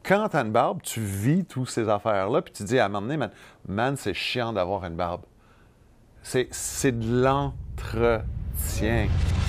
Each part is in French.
quand tu as une barbe, tu vis toutes ces affaires-là, puis tu te dis à un moment donné, man, c'est chiant d'avoir une barbe. C'est de l'entretien.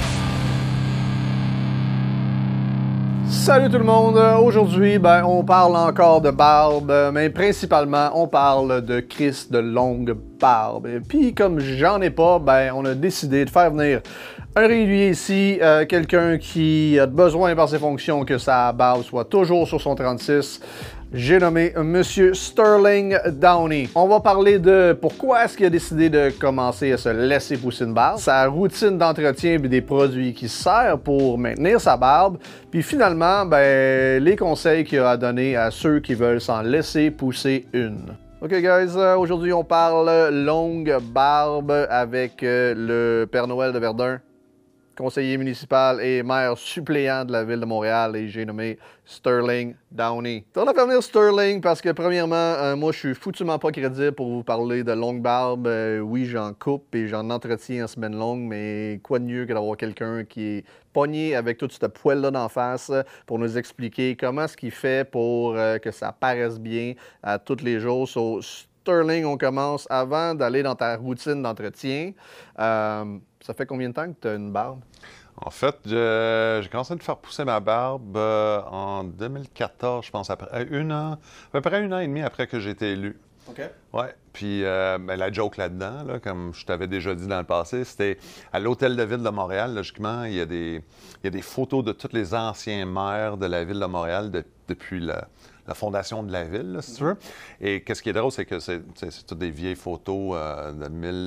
Salut tout le monde! Aujourd'hui, on parle encore de barbe, mais principalement, on parle de Chris de longue barbe. Et puis, comme j'en ai pas, on a décidé de faire venir un régulier ici, quelqu'un qui a besoin par ses fonctions que sa barbe soit toujours sur son 36. J'ai nommé Monsieur Sterling Downey. On va parler de pourquoi est-ce qu'il a décidé de commencer à se laisser pousser une barbe, sa routine d'entretien et des produits qui servent pour maintenir sa barbe, puis finalement, les conseils qu'il a à donner à ceux qui veulent s'en laisser pousser une. OK, guys, aujourd'hui, on parle longue barbe avec le Père Noël de Verdun, conseiller municipal et maire suppléant de la ville de Montréal, et j'ai nommé Sterling Downey. On a fait venir Sterling parce que, premièrement, moi, je suis foutument pas crédible pour vous parler de longue barbe. Oui, j'en coupe et j'en entretiens en semaine longue, mais quoi de mieux que d'avoir quelqu'un qui est pogné avec toute cette poêle-là d'en face pour nous expliquer comment est-ce qu'il fait pour que ça paraisse bien à tous les jours. Sterling, on commence avant d'aller dans ta routine d'entretien. Ça fait combien de temps que tu as une barbe? En fait, j'ai commencé à faire pousser ma barbe en 2014, je pense, à peu près un an et demi après que j'ai été élu. OK. Ouais. Puis la joke là-dedans, là, comme je t'avais déjà dit dans le passé, c'était à l'Hôtel de Ville de Montréal. Logiquement, il y a des photos de tous les anciens maires de la Ville de Montréal depuis la fondation de la ville, là, si tu veux. Et qu'est-ce qui est drôle, c'est que c'est toutes des vieilles photos de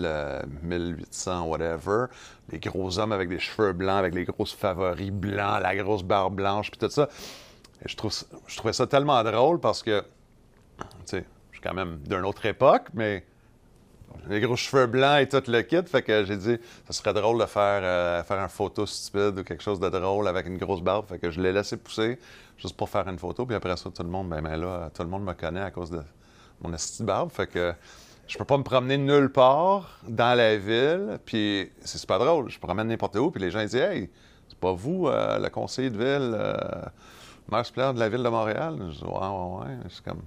1800, whatever. Des gros hommes avec des cheveux blancs, avec les grosses favoris blancs, la grosse barbe blanche, puis tout ça. Et je trouvais ça tellement drôle parce que, tu sais, je suis quand même d'une autre époque, mais les gros cheveux blancs et tout le kit, fait que j'ai dit, ça serait drôle de faire une photo stupide ou quelque chose de drôle avec une grosse barbe, fait que je l'ai laissé pousser juste pour faire une photo, puis après ça, tout le monde, tout le monde me connaît à cause de mon esti de barbe, fait que je peux pas me promener nulle part dans la ville, puis c'est super drôle, je promène n'importe où, puis les gens ils disent, hey, c'est pas vous, le conseiller de ville, maire suppléant de la ville de Montréal? Je dis, ouais, c'est comme...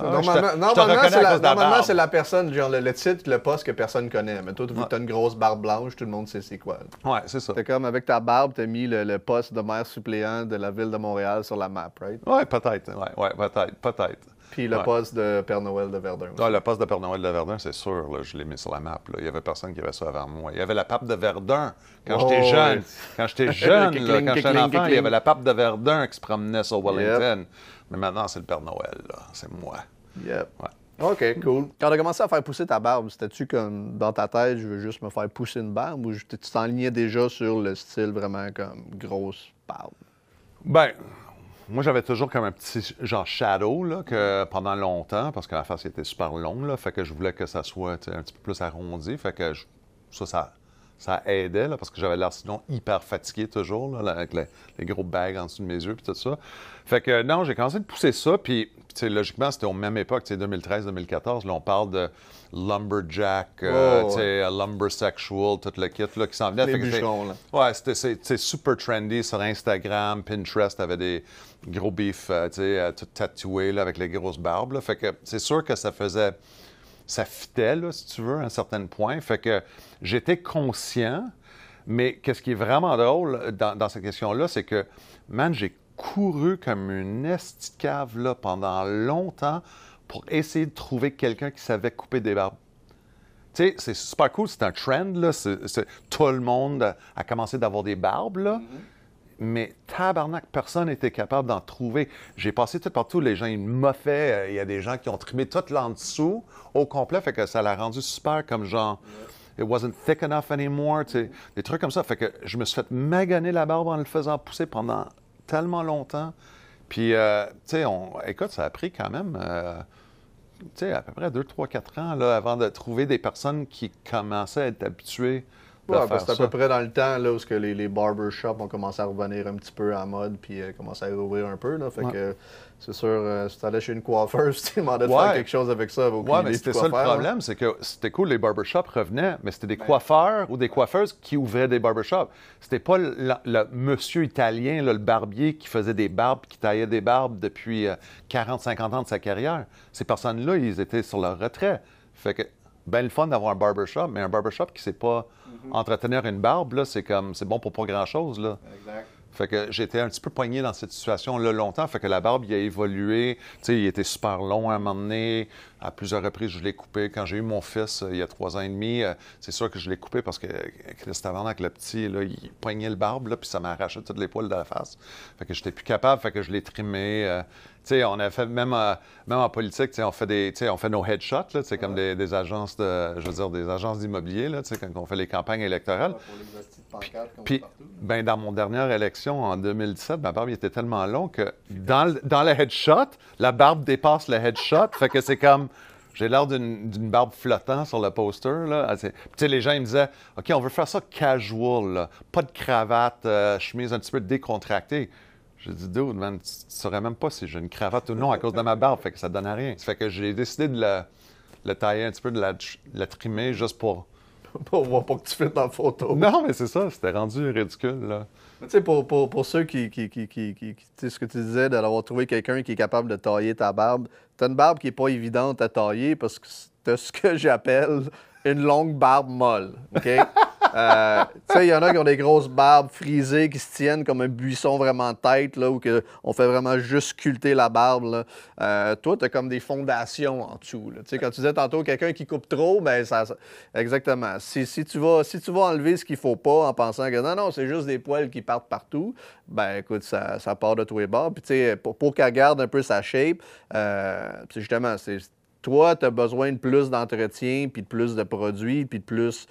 Normalement, c'est la personne, genre le titre, le poste que personne connaît. Mais toi, vu que t'as une grosse barbe blanche, tout le monde sait c'est quoi. Ouais, c'est ça. T'es comme, avec ta barbe, t'as mis le poste de maire suppléant de la ville de Montréal sur la map, right? Ouais, peut-être. Peut-être. Puis le poste de Père Noël de Verdun aussi. Ah, le poste de Père Noël de Verdun, c'est sûr, là, je l'ai mis sur la map. Là. Il y avait personne qui avait ça avant moi. Il y avait la pape de Verdun quand j'étais jeune. Quand j'étais jeune, quand j'étais un enfant, il y avait la pape de Verdun qui se promenait sur Wellington. Yep. Mais maintenant, c'est le Père Noël, là. C'est moi. Yep. Ouais. OK, cool. Quand tu as commencé à faire pousser ta barbe, c'était-tu comme dans ta tête, je veux juste me faire pousser une barbe, ou tu t'enlignais déjà sur le style vraiment comme grosse barbe? Moi, j'avais toujours comme un petit genre shadow là, que pendant longtemps, parce que la face était super longue, là, fait que je voulais que ça soit un petit peu plus arrondi, fait que ça aidait, là, parce que j'avais l'air sinon hyper fatigué toujours, là, avec les gros bagues en dessous de mes yeux puis tout ça. Fait que non, j'ai commencé de pousser ça, puis logiquement, c'était aux mêmes époques, 2013-2014, là, on parle de lumberjack, lumbersexual, tout le kit là, qui s'en venait. Les bûcherons, là. Ouais, c'est super trendy sur Instagram, Pinterest, avait des gros beefs, tout tatoués là, avec les grosses barbes. Là. Fait que c'est sûr que ça fitait, là, si tu veux, à un certain point. Fait que j'étais conscient, mais qu'est-ce qui est vraiment drôle dans cette question-là, c'est que, man, j'ai couru comme une esticave là, pendant longtemps pour essayer de trouver quelqu'un qui savait couper des barbes. Tu sais, c'est super cool, c'est un trend, là. Tout le monde a commencé d'avoir des barbes, là. Mm-hmm. Mais tabarnak, personne n'était capable d'en trouver. J'ai passé tout partout, les gens, ils me moffaient. Il y a des gens qui ont trimé tout l'en dessous au complet, fait que ça l'a rendu super comme genre... It wasn't thick enough anymore, tu sais, des trucs comme ça. Fait que je me suis fait maganer la barbe en le faisant pousser pendant tellement longtemps. Puis, tu sais, écoute, ça a pris quand même... tu sais, à peu près 2, 3, 4 ans là, avant de trouver des personnes qui commençaient à être habituées Ouais, faire parce que c'est ça. à peu près dans le temps là, où ce que les barbershops ont commencé à revenir un petit peu à la mode puis commencé à rouvrir un peu. Là, fait que c'est sûr, si tu allais chez une coiffeuse, tu demandais de faire quelque chose avec ça, aucune Ouais, idée mais de c'était quoi ça le faire, problème, c'est que c'était cool, les barbershops revenaient, mais c'était des coiffeurs ou des coiffeuses qui ouvraient des barbershops. C'était pas le monsieur italien, là, le barbier, qui faisait des barbes, qui taillait des barbes depuis 40-50 ans de sa carrière. Ces personnes-là, ils étaient sur leur retrait. Fait que, ben le fun d'avoir un barbershop, mais un barbershop qui sait pas entretenir une barbe, là, c'est bon pour pas grand-chose, là. Exact. Fait que j'étais un petit peu poigné dans cette situation-là longtemps. Fait que la barbe, il a évolué. Tu sais, il était super long à un moment donné. À plusieurs reprises, je l'ai coupé. Quand j'ai eu mon fils, il y a 3 ans et demi, c'est sûr que je l'ai coupé parce que Christ avec le petit, là, il poignait le barbe, là, puis ça m'a arraché toutes les poils de la face. Fait que j'étais plus capable. Fait que je l'ai trimé. Tu sais, on a fait, même en politique, tu sais, on fait nos headshots, là, tu sais, comme des agences des agences d'immobilier, là, tu sais, quand on fait les campagnes électorales. Pour les hosties de pancartes comme Puis, partout. ben, dans mon dernière élection en 2017, ma barbe était tellement longue que dans le headshot, la barbe dépasse le headshot. Fait que c'est comme, j'ai l'air d'une barbe flottant sur le poster. Là. Tu sais, les gens, ils me disaient, OK, on veut faire ça casual, là. Pas de cravate, chemise un petit peu décontractée. J'ai dit, dude, man, tu saurais même pas si j'ai une cravate ou non à cause de ma barbe. Fait que ça donne à rien. Ça fait que j'ai décidé de le tailler un petit peu, de la trimer juste pour... Pour voir pas que tu fais dans la photo. Non, mais c'est ça, c'était rendu ridicule, là. Tu sais, pour ceux qui tu sais, ce que tu disais, d'avoir trouvé quelqu'un qui est capable de tailler ta barbe, t'as une barbe qui est pas évidente à tailler parce que t'as ce que j'appelle une longue barbe molle, OK? Tu sais, il y en a qui ont des grosses barbes frisées qui se tiennent comme un buisson vraiment tête, là, où on fait vraiment juste sculpter la barbe, là. Toi, t'as comme des fondations en dessous, là. Tu sais, quand tu disais tantôt quelqu'un qui coupe trop, ben exactement. Si tu vas enlever ce qu'il faut pas en pensant que non, c'est juste des poils qui partent partout, ben écoute, ça part de tous les bords. Puis tu sais, pour qu'elle garde un peu sa shape, justement, toi, tu as besoin de plus d'entretien, puis de plus de produits, puis de plus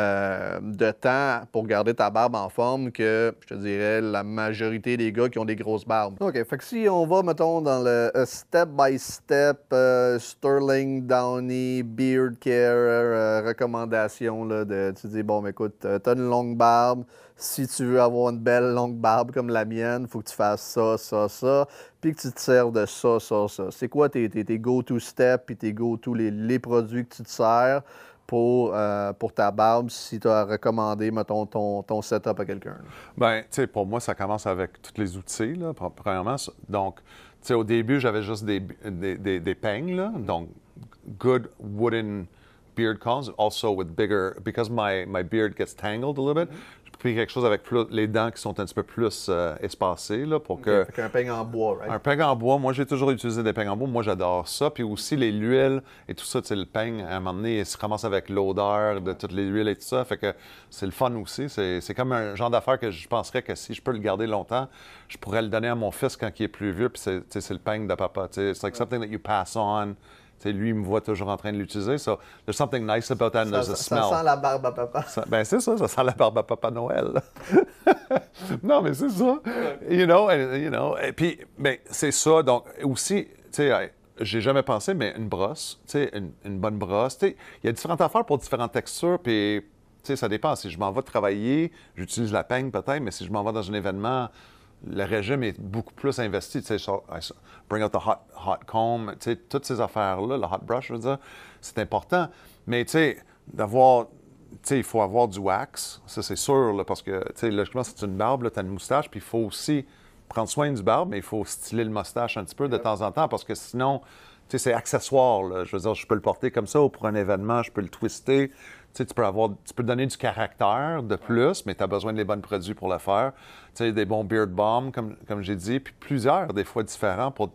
de temps pour garder ta barbe en forme que, je te dirais, la majorité des gars qui ont des grosses barbes. OK, fait que si on va, mettons, dans le step-by-step, Sterling Downey, Beard Care, recommandation, là, tu dis, bon, mais écoute, tu as une longue barbe. Si tu veux avoir une belle longue barbe comme la mienne, il faut que tu fasses ça, puis que tu te serves de ça. C'est quoi tes go-to steps puis tes go-to, les produits que tu te sers pour ta barbe si tu as recommandé, mettons, ton setup à quelqu'un? Ben, tu sais, pour moi, ça commence avec tous les outils, là, premièrement. Donc, tu sais, au début, j'avais juste des peignes, là. Donc, good wooden beard combs, also with bigger, because my beard gets tangled a little bit. J'ai pris quelque chose avec les dents qui sont un petit peu plus espacées, là, pour que... Fait qu'un peigne en bois, right? Un peigne en bois, moi j'ai toujours utilisé des peignes en bois, moi j'adore ça. Puis aussi l'huile et tout ça, tu sais, le peigne, à un moment donné, il se ramasse avec l'odeur de toutes les huiles et tout ça. Fait que c'est le fun aussi. C'est comme un genre d'affaire que je penserais que si je peux le garder longtemps, je pourrais le donner à mon fils quand il est plus vieux. Puis c'est le peigne de papa. Tu sais, it's like something that you pass on. T'sais, lui, il me voit toujours en train de l'utiliser. So, there's something nice about that and there's a smell. Ça sent la barbe à papa. Ben, c'est ça sent la barbe à Papa Noël. Non, mais c'est ça. You know. Et puis, ben, c'est ça. Donc, aussi, tu sais, j'ai jamais pensé, mais une brosse, tu sais, une bonne brosse. Tu sais, il y a différentes affaires pour différentes textures, puis, tu sais, ça dépend. Si je m'en vais travailler, j'utilise la peigne peut-être, mais si je m'en vais dans un événement, le régime est beaucoup plus investi. Tu sais, bring out the hot comb, tu sais, toutes ces affaires-là, le hot brush, je veux dire, c'est important. Mais, tu sais, d'avoir... Tu sais, il faut avoir du wax, ça c'est sûr, là, parce que, tu sais, logiquement, c'est une barbe, tu as une moustache, puis il faut aussi prendre soin du barbe, mais il faut styler le moustache un petit peu de temps en temps, parce que sinon, tu sais, c'est accessoire, là. Je veux dire, je peux le porter comme ça, ou pour un événement, je peux le twister. Tu sais, tu peux donner du caractère de plus, mais tu as besoin des bons produits pour le faire. Tu sais, des bons beard balm, comme j'ai dit, puis plusieurs, des fois, différents pour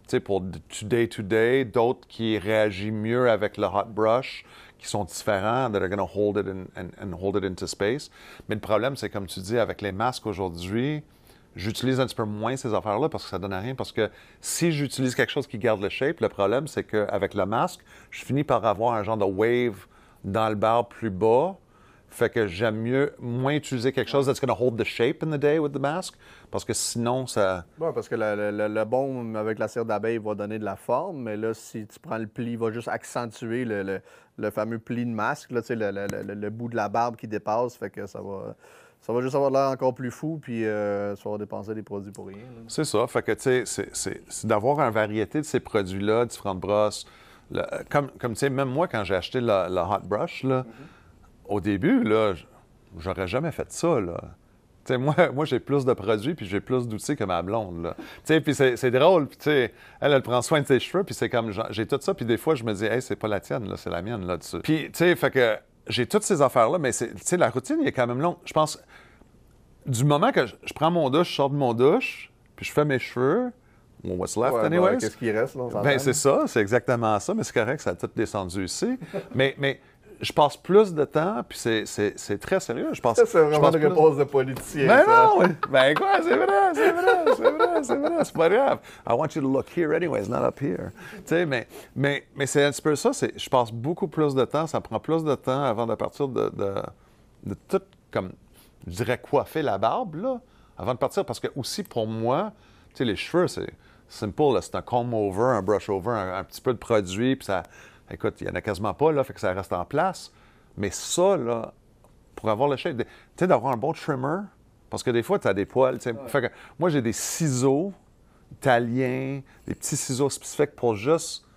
du day-to-day, d'autres qui réagissent mieux avec le hot brush, qui sont différents, that are going to hold it and hold it into space. Mais le problème, c'est comme tu dis, avec les masques aujourd'hui, j'utilise un petit peu moins ces affaires-là parce que ça donne à rien. Parce que si j'utilise quelque chose qui garde le shape, le problème, c'est qu'avec le masque, je finis par avoir un genre de wave dans le barbe plus bas. Fait que j'aime moins utiliser quelque chose that's going to hold the shape in the day with the mask, parce que sinon, ça... Oui, parce que le baume avec la cire d'abeille va donner de la forme, mais là, si tu prends le pli, il va juste accentuer le fameux pli de masque, là, le bout de la barbe qui dépasse, fait que ça va juste avoir l'air encore plus fou, puis ça va dépenser des produits pour rien. Là. C'est ça. Fait que, tu sais, c'est d'avoir une variété de ces produits-là, différentes brosses. Comme tu sais, même moi, quand j'ai acheté la Hot Brush, là, au début, là, j'aurais jamais fait ça, là. Tu sais, moi j'ai plus de produits, puis j'ai plus d'outils que ma blonde, là. Tu sais, puis c'est drôle, puis tu sais, elle prend soin de ses cheveux, puis c'est comme, j'ai tout ça, puis des fois, je me dis, hey, c'est pas la tienne, là, c'est la mienne, là-dessus. Puis, tu sais, fait que j'ai toutes ces affaires-là, mais tu sais, la routine, il est quand même long. Je pense, du moment que je prends mon douche, je sors de mon douche, puis je fais mes cheveux, what's left, anyways. Ben, qu'est-ce qui reste, là, on s'entend? Ben, c'est ça, c'est exactement ça, mais c'est correct, ça a tout descendu ici. mais je passe plus de temps, puis c'est très sérieux. Je pense, ça, c'est vraiment une réponse de politicien. Ben ça. non! Ben quoi, c'est vrai, c'est pas grave. I want you to look here anyways, not up here. Tu sais, mais c'est un petit peu ça, je passe beaucoup plus de temps, ça prend plus de temps avant de partir de tout, comme, je dirais, coiffer la barbe, là, avant de partir, parce que aussi, pour moi, tu sais, les cheveux, c'est simple, là, c'est un comb-over, un brush-over, un petit peu de produit, puis ça... Écoute, il n'y en a quasiment pas, là, fait que ça reste en place. Mais ça, là, pour avoir le shape, tu sais, d'avoir un bon trimmer, parce que des fois, tu as des poils, tu sais. Fait que moi, j'ai des ciseaux italiens, des petits ciseaux spécifiques pour juste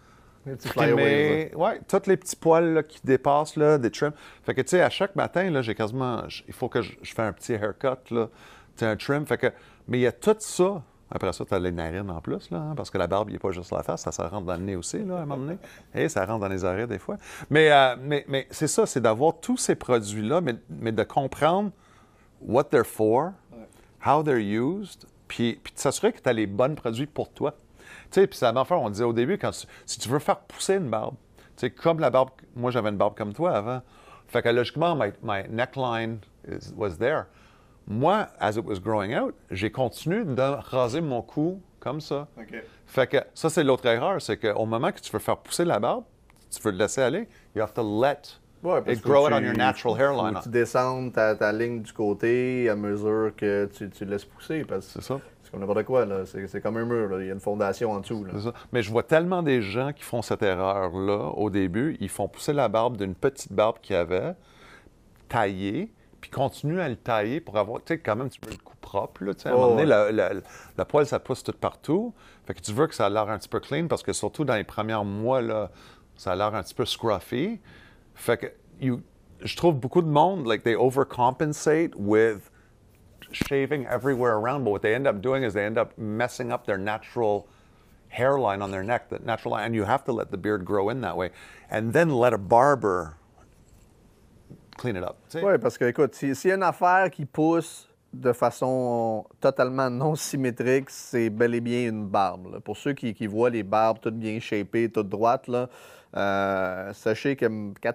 trimer, tous les petits poils là, qui dépassent, là, des trims. Fait que, tu sais, à chaque matin, là, j'ai quasiment, il faut que je fais un petit haircut, là, tu sais, un trim. Fait que, mais il y a tout ça. Après ça, tu as les narines en plus, là, hein, parce que la barbe, il n'est pas juste la face, ça rentre dans le nez aussi, là, à un moment donné. Et ça rentre dans les oreilles des fois. Mais c'est ça, c'est d'avoir tous ces produits-là, mais de comprendre what they're for, how they're used, puis de s'assurer que tu as les bons produits pour toi. Tu sais, puis c'est la même affaire, on disait au début, si tu veux faire pousser une barbe, tu sais, comme la barbe, moi j'avais une barbe comme toi avant, fait que logiquement, my neckline was there. Moi, as it was growing out, j'ai continué de raser mon cou comme ça. Okay. Fait que ça, c'est l'autre erreur, c'est qu'au moment que tu veux faire pousser la barbe, tu veux le laisser aller, you have to let it grow it on your natural hairline. Faut que tu descendes ta ligne du côté à mesure que tu laisses pousser. C'est ça. C'est comme n'importe quoi, là. C'est comme un mur, là. Il y a une fondation en dessous. Là. C'est ça. Mais je vois tellement des gens qui font cette erreur-là au début. Ils font pousser la barbe d'une petite barbe qu'ils avaient, taillée, puis continue à le tailler pour avoir, tu sais, quand même, tu veux le coup propre, là, tu sais, à un moment donné, la poêle, ça pousse tout partout, fait que tu veux que ça a l'air un petit peu clean, parce que surtout dans les premiers mois, là, ça a l'air un petit peu scruffy, fait que, je trouve beaucoup de monde, like, they overcompensate with shaving everywhere around, but what they end up doing is they end up messing up their natural hairline on their neck, the natural line, and you have to let the beard grow in that way, and then let a barber clean it up. Oui, parce que, écoute, s'il y a une affaire qui pousse de façon totalement non symétrique, c'est bel et bien une barbe. Là. Pour ceux qui voient les barbes toutes bien shapées, toutes droites, là, sachez que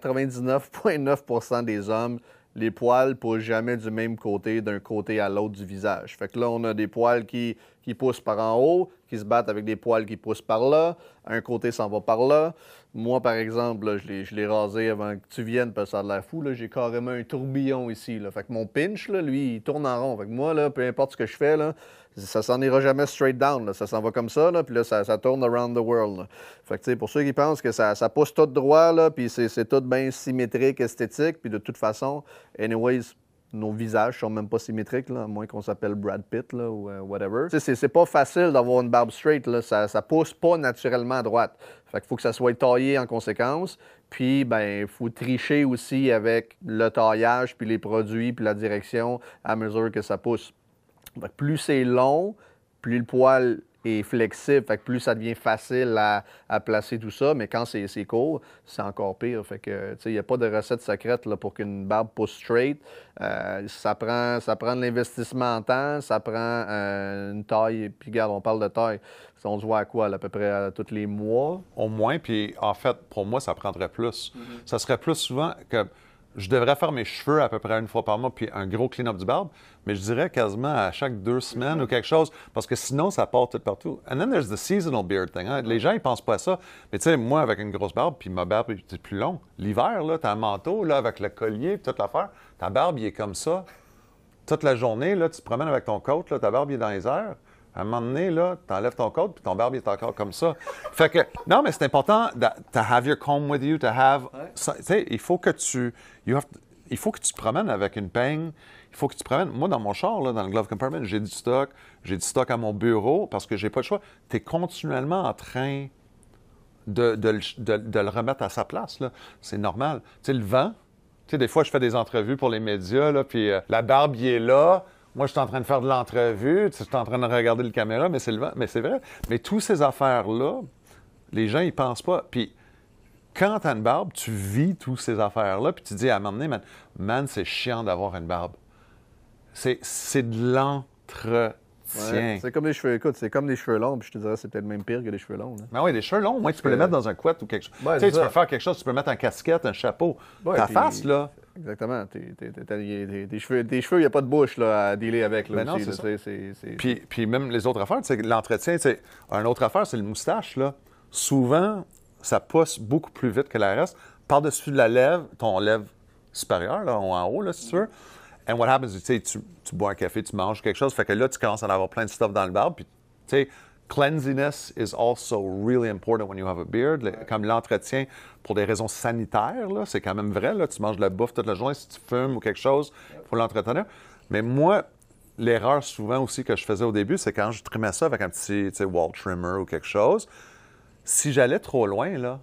99,9% des hommes, les poils poussent jamais du même côté, d'un côté à l'autre du visage. Fait que là, on a des poils qui poussent par en haut, qui se battent avec des poils qui poussent par là. Un côté s'en va par là. Moi, par exemple, là, je l'ai rasé avant que tu viennes, parce que ça a l'air fou. Là, j'ai carrément un tourbillon ici. Là. Fait que mon pinch, là, lui, il tourne en rond. Fait que moi, là, peu importe ce que je fais, là, ça s'en ira jamais straight down. Là. Ça s'en va comme ça, là, puis là, ça tourne around the world. Là. Fait que, pour ceux qui pensent que ça pousse tout droit, là, puis c'est tout bien symétrique, esthétique, puis de toute façon, anyways, nos visages sont même pas symétriques, là, à moins qu'on s'appelle Brad Pitt là, ou whatever. C'est pas facile d'avoir une barbe straight. Là. Ça pousse pas naturellement à droite. Fait qu'il faut que ça soit taillé en conséquence. Puis, ben, il faut tricher aussi avec le taillage, puis les produits, puis la direction à mesure que ça pousse. Fait que plus c'est long, plus le poil est flexible, fait que plus ça devient facile à placer tout ça, mais quand c'est court, c'est encore pire. Fait que, tu sais, il n'y a pas de recette secrète là, pour qu'une barbe pousse straight. Ça prend de l'investissement en temps, ça prend une taille, puis regarde, on parle de taille. On se voit à quoi, là, à peu près à tous les mois? Au moins, puis en fait, pour moi, ça prendrait plus. Ça serait plus souvent que je devrais faire mes cheveux à peu près une fois par mois, puis un gros clean-up du barbe, mais je dirais quasiment à chaque 2 semaines ou quelque chose, parce que sinon, ça part tout partout. And then there's the seasonal beard thing. Hein? Les gens, ils pensent pas à ça. Mais tu sais, moi, avec une grosse barbe, puis ma barbe est plus longue, l'hiver, là, t'as un manteau, là, avec le collier, puis toute l'affaire, ta barbe, il est comme ça. Toute la journée, là, tu te promènes avec ton coat, là, ta barbe, il est dans les airs. À un moment donné, là, t'enlèves ton coat, puis ton barbe est encore comme ça. Fait que, non, mais c'est important to have your comb with you, to have... Tu sais, il faut que tu te promènes avec une peigne. Il faut que tu te promènes. Moi, dans mon char, là, dans le glove compartment, j'ai du stock. J'ai du stock à mon bureau parce que j'ai pas le choix. Tu es continuellement en train de le remettre à sa place, là. C'est normal. Tu sais, le vent, tu sais, des fois, je fais des entrevues pour les médias, là, puis la barbe, il est là. Moi, je suis en train de faire de l'entrevue, je suis en train de regarder la caméra, mais c'est le vent. Mais c'est vrai. Mais toutes ces affaires-là, les gens, ils pensent pas. Puis, quand tu as une barbe, tu vis toutes ces affaires-là, puis tu dis à un moment donné, man, c'est chiant d'avoir une barbe. C'est de l'entretien. Ouais, c'est comme les cheveux, écoute, c'est comme des cheveux longs, puis je te dirais c'est peut-être même pire que des cheveux longs. Là. Ben oui, des cheveux longs, moi, tu peux les mettre dans un couette ou quelque chose. Ouais, tu sais, tu peux faire quelque chose, tu peux mettre un casquette, un chapeau. Ouais, Ta puis- face, là. Exactement. Tes cheveux, il n'y a pas de bouche là, à dealer avec. Là, Ben non, aussi, c'est là, ça. c'est- Puis même les autres affaires, tu sais, l'entretien, tu sais, une autre affaire, c'est le moustache, là. Souvent, ça pousse beaucoup plus vite que la reste. Par-dessus de la lèvre, ton lèvre supérieure, là, ou en haut, là, si tu veux. And what happens, tu sais, tu bois un café, tu manges quelque chose, fait que là, tu commences à en avoir plein de stuff dans le barbe, puis, tu sais, cleanliness is also really important when you have a beard. Comme l'entretien, pour des raisons sanitaires, là, c'est quand même vrai, là, tu manges de la bouffe toute la journée, si tu fumes ou quelque chose, il faut l'entretenir. Mais moi, l'erreur souvent aussi que je faisais au début, c'est quand je trimais ça avec un petit, tu sais, wall trimmer ou quelque chose, si j'allais trop loin, là,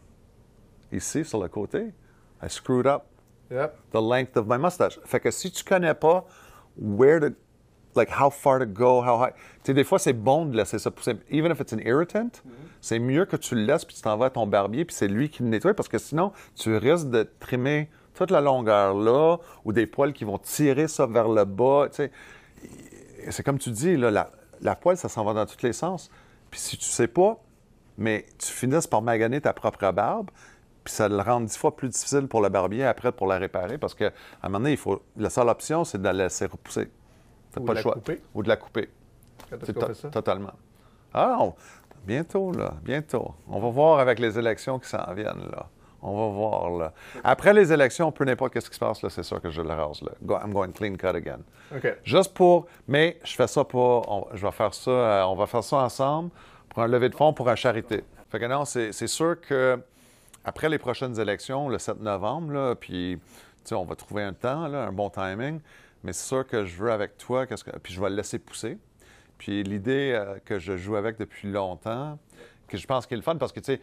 ici, sur le côté, I screwed up Yep. the length of my mustache. Fait que si tu connais pas where to, like how far to go, how high, tu sais, des fois, c'est bon de laisser ça pousser. Even if it's an irritant, c'est mieux que tu le laisses puis tu t'en vas à ton barbier puis c'est lui qui le nettoie parce que sinon, tu risques de trimer toute la longueur là ou des poils qui vont tirer ça vers le bas, tu sais. C'est comme tu dis, là, la poêle, ça s'en va dans tous les sens. Puis si tu sais pas, mais tu finisses par maganer ta propre barbe, puis ça le rend 10 fois plus difficile pour le barbier après pour la réparer parce qu'à un moment donné, la seule option, c'est de la laisser repousser. T'as Ou pas de le la choix. couper. Ou de la couper. Quand est-ce C'est qu'on fait ça? totalement. Ah, bientôt, là, bientôt. On va voir avec les élections qui s'en viennent, là. On va voir, là. Après les élections, peu importe ce qui se passe, là, c'est sûr que je le rase, là. I'm going clean cut again. OK. Juste pour... Mais je fais ça pas... je vais faire ça... on va faire ça ensemble pour un levée de fonds pour un charité. Fait que non, c'est sûr que après les prochaines élections, le 7 novembre, là, puis, tu sais, on va trouver un temps, là, un bon timing, mais c'est sûr que je veux avec toi, puis je vais le laisser pousser. Puis l'idée que je joue avec depuis longtemps, que je pense qu'il est le fun, parce que, tu sais,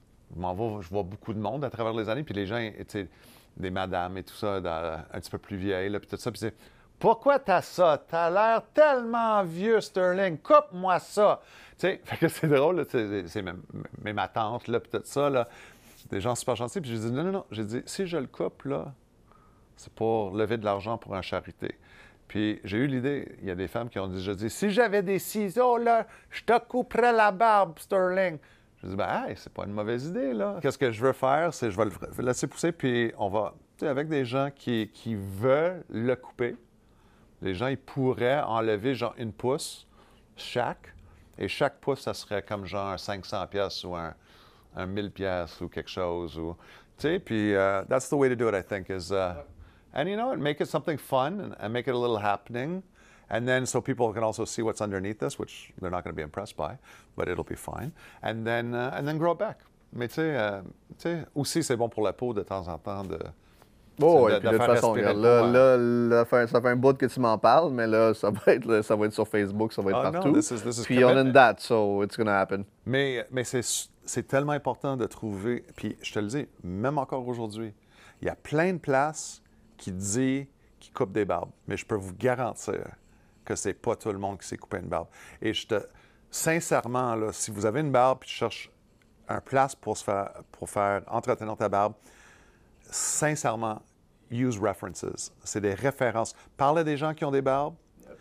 je vois beaucoup de monde à travers les années, puis les gens, tu sais, des madames et tout ça, un petit peu plus vieilles, là, puis tout ça, puis c'est pourquoi t'as ça? T'as l'air tellement vieux, Sterling, coupe-moi ça! Tu sais, fait que c'est drôle, là, c'est même ma tante, là, puis tout ça, là, des gens super gentils, puis j'ai dit non, j'ai dit, si je le coupe, là, c'est pour lever de l'argent pour un charité. Puis j'ai eu l'idée, il y a des femmes qui ont déjà dit, si j'avais des ciseaux, là, je te couperais la barbe, Sterling. Je dis, ben, hey, c'est pas une mauvaise idée, là. Qu'est-ce que je veux faire, c'est je vais le laisser pousser, puis on va, tu sais, avec des gens qui veulent le couper, les gens, ils pourraient enlever genre une pouce chaque, et chaque pouce, ça serait comme genre un 500 pièces ou un 1000 pièces ou quelque chose, ou, tu sais, puis that's the way to do it, I think, is, and you know, make it something fun and make it a little happening. And then so people can also see what's underneath this, which they're not going to be impressed by, but it'll be fine. And then grow it back. Mais tu sais, aussi c'est bon pour la peau de temps en temps de Oh, de et puis de toute faire façon, respirer regarde, le là, ça fait un bout que tu m'en parles, mais là, ça va être sur Facebook, ça va être Oh, no, partout. this is Puis on a commitment. une date, so it's gonna happen. Mais c'est tellement important de trouver, puis je te le dis, même encore aujourd'hui, il y a plein de places qui coupent des barbes, mais je peux vous garantir que c'est pas tout le monde qui sait couper une barbe. Et sincèrement, là, si vous avez une barbe et tu cherches un place pour faire entretenir ta barbe, sincèrement, use references. C'est des références. Parle à des gens qui ont des barbes.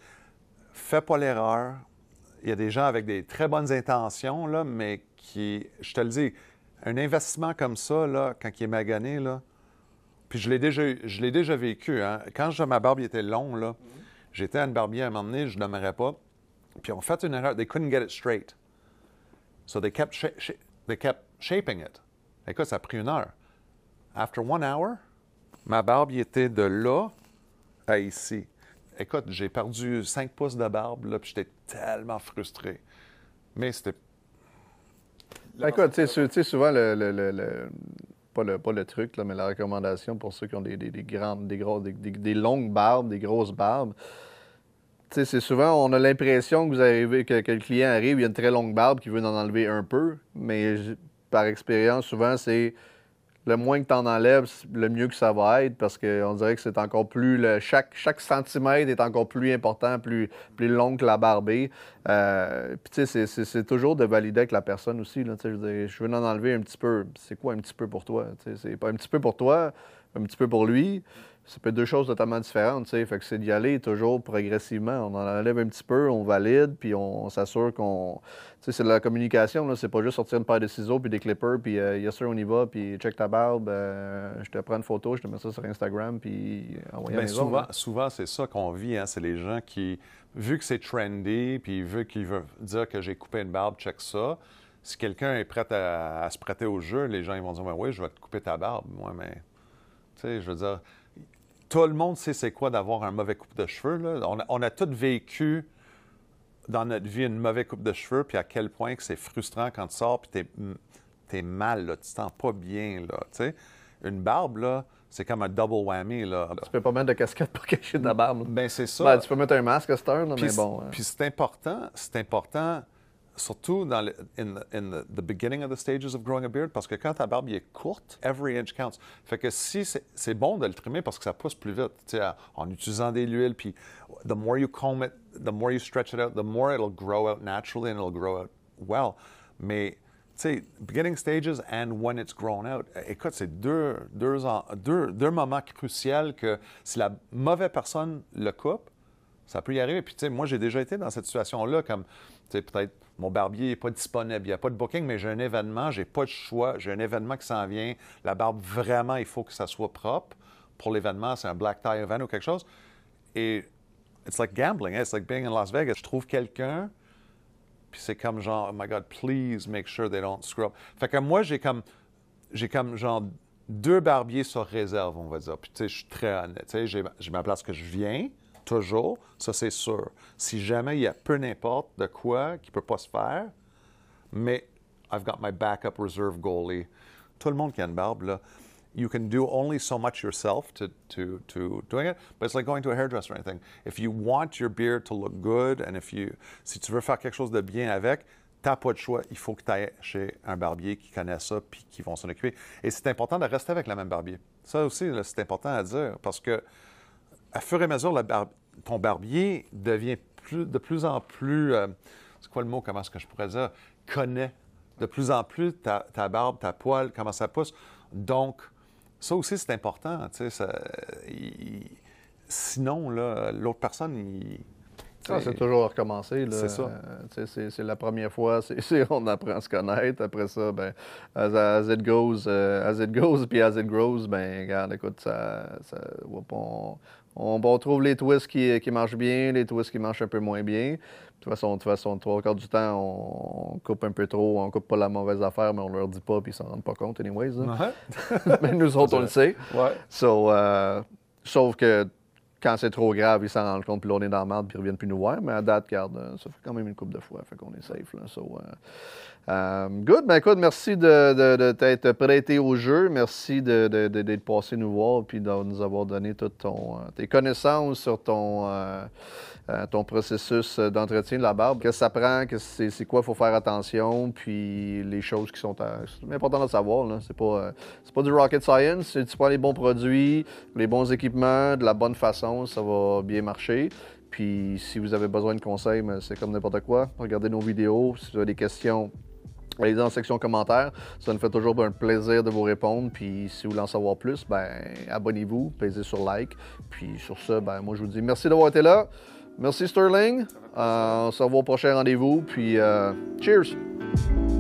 Fais pas l'erreur. Il y a des gens avec des très bonnes intentions, là, mais je te le dis, un investissement comme ça, là, quand il est magané, là, Puis je l'ai déjà vécu. Hein. Quand ma barbe était longue, là, j'étais à une barbier à un moment donné, je ne nommerais pas. Puis on fait une erreur. They couldn't get it straight. So they kept shaping it. Écoute, ça a pris 1 heure. After 1 hour, ma barbe était de là à ici. Écoute, j'ai perdu 5 pouces de barbe, là, puis j'étais tellement frustré. Mais c'était... Écoute, tu sais, souvent, pas le truc, là, mais la recommandation pour ceux qui ont des longues barbes, des grosses barbes, tu sais, c'est souvent, on a l'impression que le client arrive, il a une très longue barbe, qu'il veut en enlever un peu, mais par expérience, souvent, c'est le moins que tu en enlèves, le mieux que ça va être, parce qu'on dirait que c'est encore plus... chaque centimètre est encore plus important, plus long que la barbée. Puis tu sais, c'est toujours de valider avec la personne aussi. Là, je veux en enlever un petit peu. C'est quoi un petit peu pour toi? C'est pas un petit peu pour toi, un petit peu pour lui. Ça peut être 2 choses totalement différentes. Fait que c'est d'y aller toujours progressivement. On en enlève un petit peu, on valide, puis on s'assure qu'on... c'est de la communication, là. C'est pas juste sortir une paire de ciseaux, puis des clippers, puis yes sir, on y va, puis check ta barbe, je te prends une photo, je te mets ça sur Instagram, puis envoyer à la maison. Souvent, c'est ça qu'on vit. Hein. C'est les gens qui, vu que c'est trendy, puis vu qu'ils veulent dire que j'ai coupé une barbe, check ça. Si quelqu'un est prêt à se prêter au jeu, les gens ils vont dire « Oui, je vais te couper ta barbe. » Moi, mais, tu sais, je veux dire... Tout le monde sait c'est quoi d'avoir un mauvais coupe de cheveux. Là. On a tous vécu dans notre vie une mauvaise coupe de cheveux, puis à quel point que c'est frustrant quand tu sors, puis t'es mal, là, tu te sens pas bien. Là, t'sais. Une barbe, là, c'est comme un double whammy. Là. Tu peux pas mettre de casquette pour cacher ta barbe. Ben c'est ça. Ben, tu peux mettre un masque à cette heure, mais bon. Puis c'est important, surtout dans the beginning of the stages of growing a beard, parce que quand ta barbe est courte, every inch counts. Fait que si c'est bon de le trimer parce que ça pousse plus vite, tu sais, en utilisant des huiles, puis the more you comb it, the more you stretch it out, the more it'll grow out naturally and it'll grow out well. Mais tu sais, beginning stages and when it's grown out, écoute, c'est deux moments cruciaux que si la mauvaise personne le coupe, ça peut y arriver. Puis tu sais, moi j'ai déjà été dans cette situation-là, comme tu sais, peut-être mon barbier n'est pas disponible, il n'y a pas de booking, mais j'ai un événement, j'ai pas de choix, j'ai un événement qui s'en vient. La barbe, vraiment, il faut que ça soit propre. Pour l'événement, c'est un black tie event ou quelque chose. Et it's like gambling, it's like being in Las Vegas. Je trouve quelqu'un, puis c'est comme genre, oh my God, please make sure they don't screw up. Fait que moi, j'ai comme genre 2 barbiers sur réserve, on va dire. Puis tu sais, je suis très honnête. Tu sais, j'ai ma place que je viens. Toujours, ça c'est sûr. Si jamais il y a peu n'importe de quoi qui ne peut pas se faire, mais I've got my backup reserve goalie. Tout le monde qui a une barbe, là, you can do only so much yourself to doing it, but it's like going to a hairdresser or anything. If you want your beard to look good, and si tu veux faire quelque chose de bien avec, t'as pas de choix, il faut que tu ailles chez un barbier qui connaît ça puis qui vont s'en occuper. Et c'est important de rester avec le même barbier. Ça aussi, là, c'est important à dire parce que à fur et à mesure, ton barbier devient de plus en plus, c'est quoi le mot, comment est-ce que je pourrais dire, connaît de plus en plus ta barbe, ta poêle, comment ça pousse. Donc, ça aussi, c'est important. Sinon, là, l'autre personne, c'est toujours à recommencer. Là. C'est ça. C'est la première fois, on apprend à se connaître. Après ça, ben, as it goes, puis as it grows, ben, regarde, écoute, on trouve les twists qui marchent bien, les twists qui marchent un peu moins bien. De toute façon, 3/4 du temps, on coupe un peu trop, on coupe pas la mauvaise affaire, mais on leur dit pas, puis ils s'en rendent pas compte, anyways. Mais nous autres, on le sait. Ouais. Sauf que quand c'est trop grave, ils s'en rendent compte, puis là, on est dans la merde, puis ils reviennent plus nous voir. Mais à date, regarde, ça fait quand même une couple de fois, fait qu'on est safe. Là. Good. Ben écoute, merci de t'être prêté au jeu. Merci d'être passé nous voir, puis de nous avoir donné toutes tes connaissances sur ton processus d'entretien de la barbe. Qu'est-ce que ça prend, c'est quoi il faut faire attention, puis les choses qui sont importantes de savoir. Là. C'est pas du rocket science. Tu prends les bons produits, les bons équipements, de la bonne façon, ça va bien marcher. Puis si vous avez besoin de conseils, c'est comme n'importe quoi. Regardez nos vidéos. Si vous avez des questions, allez-y dans la section commentaires. Ça nous fait toujours un plaisir de vous répondre. Puis si vous voulez en savoir plus, ben abonnez-vous, pesez sur like. Puis sur ça, ben moi je vous dis merci d'avoir été là. Merci Sterling. On se revoit au prochain rendez-vous. Puis cheers!